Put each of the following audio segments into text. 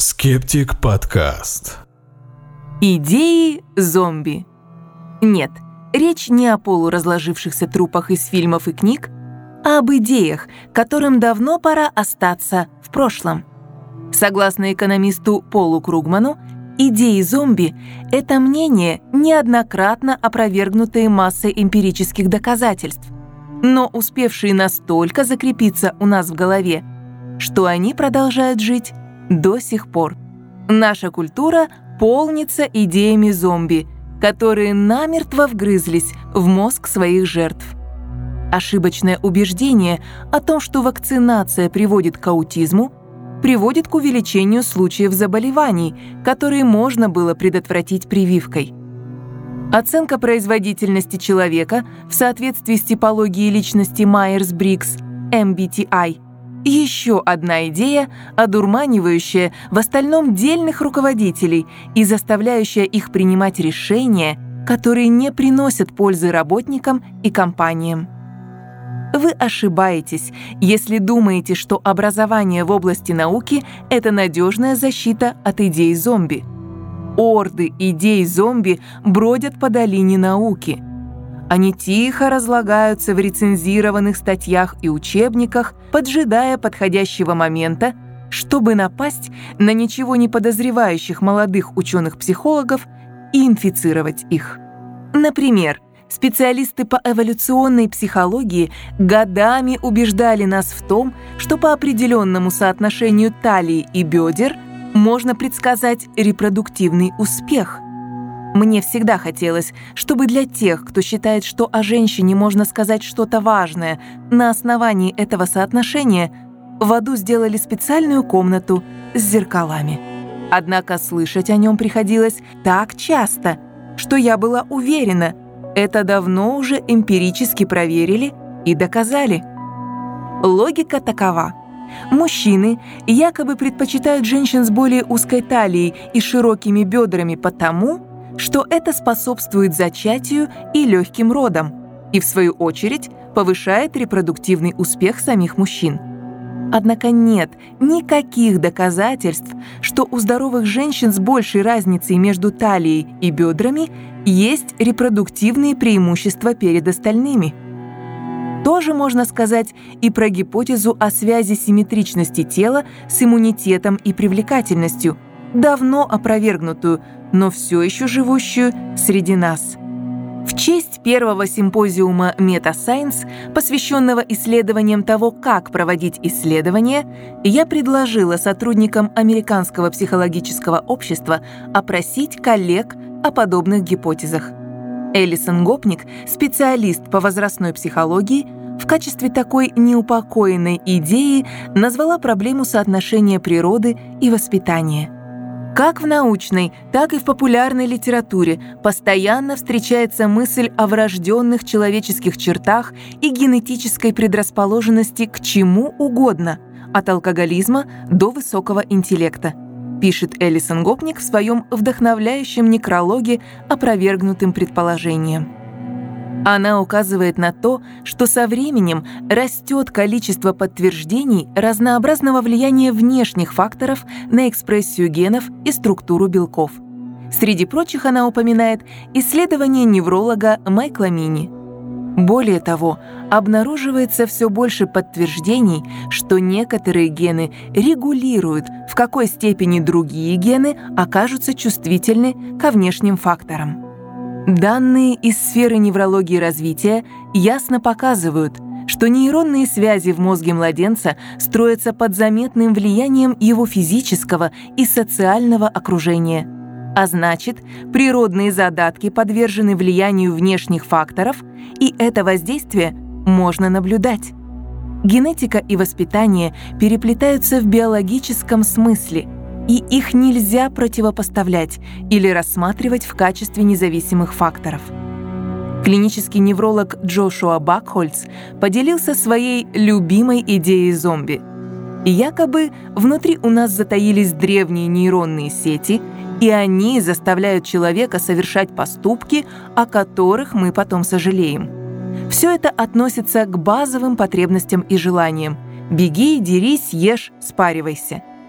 Скептик подкаст. Идеи зомби. Нет, речь не о полуразложившихся трупах из фильмов и книг, а об идеях, которым давно пора остаться в прошлом. Согласно экономисту Полу Кругману, идеи зомби — это мнение, неоднократно опровергнутые массой эмпирических доказательств, но успевшие настолько закрепиться у нас в голове, что они продолжают жить до сих пор. Наша культура полнится идеями зомби, которые намертво вгрызлись в мозг своих жертв. Ошибочное убеждение о том, что вакцинация приводит к аутизму, приводит к увеличению случаев заболеваний, которые можно было предотвратить прививкой. Оценка производительности человека в соответствии с типологией личности Майерс-Бриггс, MBTI, еще одна идея, одурманивающая в остальном дельных руководителей и заставляющая их принимать решения, которые не приносят пользы работникам и компаниям. Вы ошибаетесь, если думаете, что образование в области науки — это надежная защита от идей зомби. Орды идей зомби бродят по долине науки. Они тихо разлагаются в рецензированных статьях и учебниках, поджидая подходящего момента, чтобы напасть на ничего не подозревающих молодых ученых-психологов и инфицировать их. Например, специалисты по эволюционной психологии годами убеждали нас в том, что по определенному соотношению талии и бедер можно предсказать репродуктивный успех. Мне всегда хотелось, чтобы для тех, кто считает, что о женщине можно сказать что-то важное на основании этого соотношения, в аду сделали специальную комнату с зеркалами. Однако слышать о нем приходилось так часто, что я была уверена, это давно уже эмпирически проверили и доказали. Логика такова. Мужчины якобы предпочитают женщин с более узкой талией и широкими бедрами потому, что это способствует зачатию и легким родам, и, в свою очередь, повышает репродуктивный успех самих мужчин. Однако нет никаких доказательств, что у здоровых женщин с большей разницей между талией и бедрами есть репродуктивные преимущества перед остальными. Тоже можно сказать и про гипотезу о связи симметричности тела с иммунитетом и привлекательностью, давно опровергнутую, но все еще живущую среди нас. В честь первого симпозиума «Мета-Сайенс», посвященного исследованиям того, как проводить исследования, я предложила сотрудникам Американского психологического общества опросить коллег о подобных гипотезах. Элисон Гопник, специалист по возрастной психологии, в качестве такой неупокоенной идеи назвала проблему соотношения природы и воспитания. Как в научной, так и в популярной литературе постоянно встречается мысль о врожденных человеческих чертах и генетической предрасположенности к чему угодно, от алкоголизма до высокого интеллекта, пишет Элисон Гопник в своем вдохновляющем некрологе опровергнутым предположениям. Она указывает на то, что со временем растет количество подтверждений разнообразного влияния внешних факторов на экспрессию генов и структуру белков. Среди прочих она упоминает исследование невролога Майкла Мини. Более того, обнаруживается все больше подтверждений, что некоторые гены регулируют, в какой степени другие гены окажутся чувствительны ко внешним факторам. Данные из сферы неврологии развития ясно показывают, что нейронные связи в мозге младенца строятся под заметным влиянием его физического и социального окружения. А значит, природные задатки подвержены влиянию внешних факторов, и это воздействие можно наблюдать. Генетика и воспитание переплетаются в биологическом смысле, и их нельзя противопоставлять или рассматривать в качестве независимых факторов. Клинический невролог Джошуа Бакхольц поделился своей любимой идеей зомби. Якобы внутри у нас затаились древние нейронные сети, и они заставляют человека совершать поступки, о которых мы потом сожалеем. Все это относится к базовым потребностям и желаниям. Беги, дерись, ешь, спаривайся.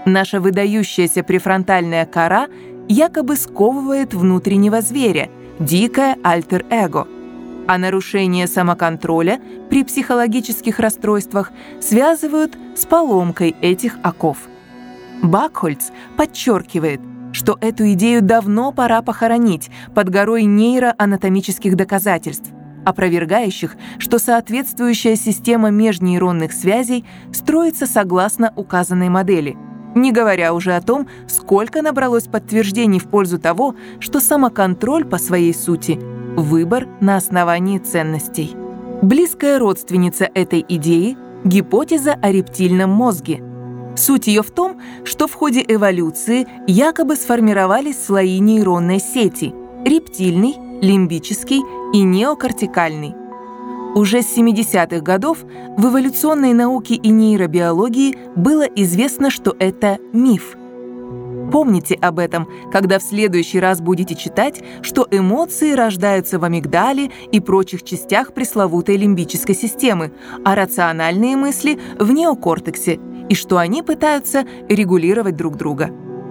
Наша выдающаяся префронтальная кора якобы сковывает внутреннего зверя, дикое альтер-эго. А нарушение самоконтроля при психологических расстройствах связывают с поломкой этих оков. Бакхольц подчеркивает, что эту идею давно пора похоронить под горой нейроанатомических доказательств, опровергающих, что соответствующая система межнейронных связей строится согласно указанной модели, не говоря уже о том, сколько набралось подтверждений в пользу того, что самоконтроль по своей сути – выбор на основании ценностей. Близкая родственница этой идеи – гипотеза о рептильном мозге. Суть ее в том, что в ходе эволюции якобы сформировались слои нейронной сети – рептильный, лимбический и неокортикальный. Уже с 70-х годов в эволюционной науке и нейробиологии было известно, что это миф. Помните об этом, когда в следующий раз будете читать, что эмоции рождаются в амигдале и прочих частях пресловутой лимбической системы, а рациональные мысли — в неокортексе, и что они пытаются регулировать друг друга.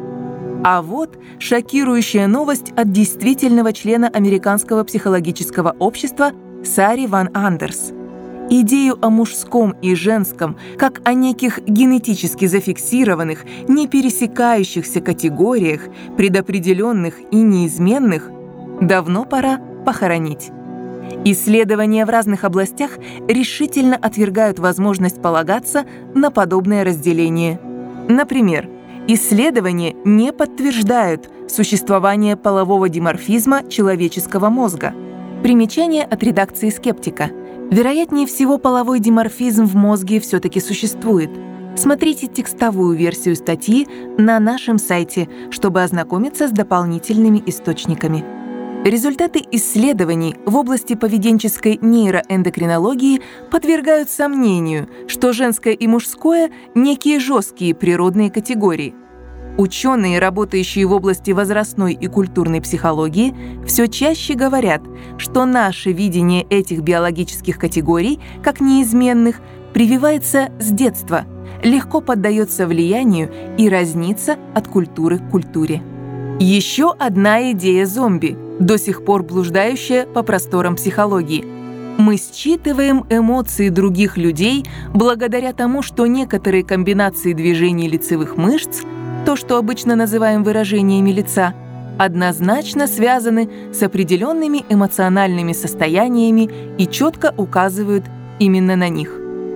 А вот шокирующая новость от действительного члена Американского психологического общества Сари Ван Андерс. Идею о мужском и женском, как о неких генетически зафиксированных, не пересекающихся категориях, предопределенных и неизменных, давно пора похоронить. Исследования в разных областях решительно отвергают возможность полагаться на подобное разделение. Например, исследования не подтверждают существование полового диморфизма человеческого мозга. Примечание от редакции «Скептика». Вероятнее всего, половой диморфизм в мозге все-таки существует. Смотрите текстовую версию статьи на нашем сайте, чтобы ознакомиться с дополнительными источниками. Результаты исследований в области поведенческой нейроэндокринологии подвергают сомнению, что женское и мужское – некие жесткие природные категории. Ученые, работающие в области возрастной и культурной психологии, все чаще говорят, что наше видение этих биологических категорий, как неизменных, прививается с детства, легко поддается влиянию и разнится от культуры к культуре. Еще одна идея зомби, до сих пор блуждающая по просторам психологии. Мы считываем эмоции других людей благодаря тому, что некоторые комбинации движений лицевых мышц, то, что обычно называем выражениями лица, однозначно связаны с определенными эмоциональными состояниями и четко указывают именно на них.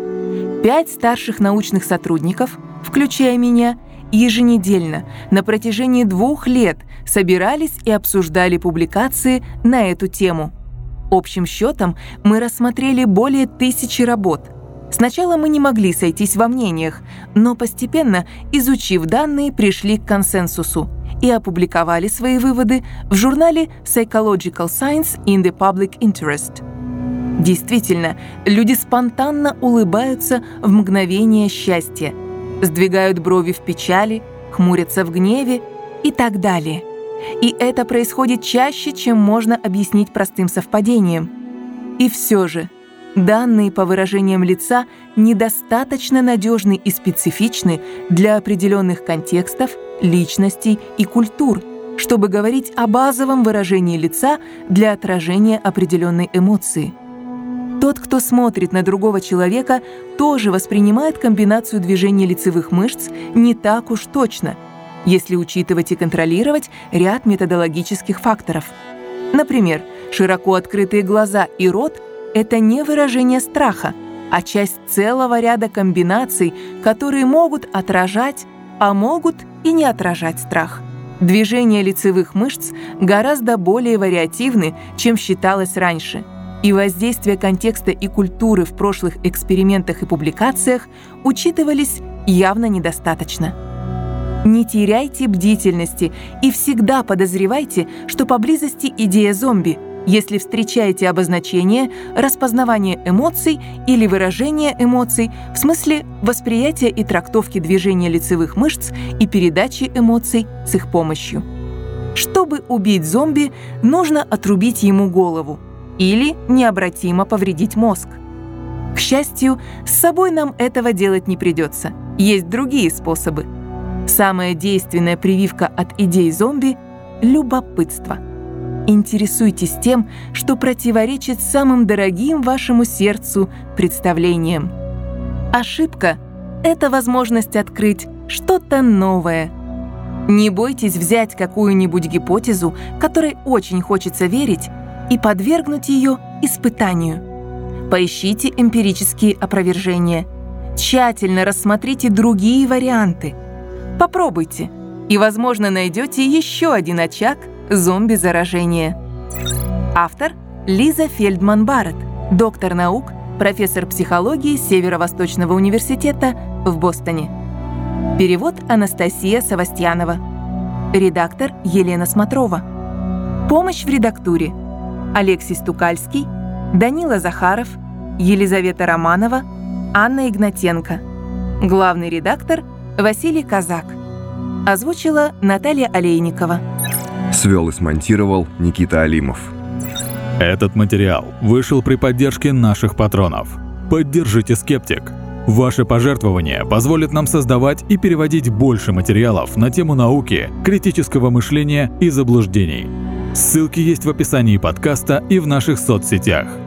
5 старших научных сотрудников, включая меня, еженедельно на протяжении 2 лет собирались и обсуждали публикации на эту тему. Общим счетом мы рассмотрели более 1000 работ. Сначала мы не могли сойтись во мнениях, но постепенно, изучив данные, пришли к консенсусу и опубликовали свои выводы в журнале Psychological Science in the Public Interest. Действительно, люди спонтанно улыбаются в мгновение счастья, сдвигают брови в печали, хмурятся в гневе и так далее. И это происходит чаще, чем можно объяснить простым совпадением. И все же, данные по выражениям лица недостаточно надежны и специфичны для определенных контекстов, личностей и культур, чтобы говорить о базовом выражении лица для отражения определенной эмоции. Тот, кто смотрит на другого человека, тоже воспринимает комбинацию движений лицевых мышц не так уж точно, если учитывать и контролировать ряд методологических факторов. Например, широко открытые глаза и рот – это не выражение страха, а часть целого ряда комбинаций, которые могут отражать, а могут и не отражать страх. Движения лицевых мышц гораздо более вариативны, чем считалось раньше, и воздействие контекста и культуры в прошлых экспериментах и публикациях учитывались явно недостаточно. Не теряйте бдительности и всегда подозревайте, что поблизости идея зомби, если встречаете обозначение, распознавание эмоций или выражение эмоций в смысле восприятия и трактовки движения лицевых мышц и передачи эмоций с их помощью. Чтобы убить зомби, нужно отрубить ему голову или необратимо повредить мозг. К счастью, с собой нам этого делать не придется. Есть другие способы. Самая действенная прививка от идей зомби – любопытство. Интересуйтесь тем, что противоречит самым дорогим вашему сердцу представлениям. Ошибка – это возможность открыть что-то новое. Не бойтесь взять какую-нибудь гипотезу, которой очень хочется верить, и подвергнуть ее испытанию. Поищите эмпирические опровержения. Тщательно рассмотрите другие варианты. Попробуйте, и, возможно, найдете еще один очаг зомби-заражения. Автор – Лиза Фельдман-Барретт, доктор наук, профессор психологии Северо-Восточного университета в Бостоне. Перевод Анастасия Савастьянова. Редактор Елена Смотрова. Помощь в редактуре: Алексей Стукальский, Данила Захаров, Елизавета Романова, Анна Игнатенко. Главный редактор Василий Казак. Озвучила Наталья Олейникова. Свел и смонтировал Никита Алимов. Этот материал вышел при поддержке наших патронов. Поддержите «Скептик». Ваше пожертвование позволит нам создавать и переводить больше материалов на тему науки, критического мышления и заблуждений. Ссылки есть в описании подкаста и в наших соцсетях.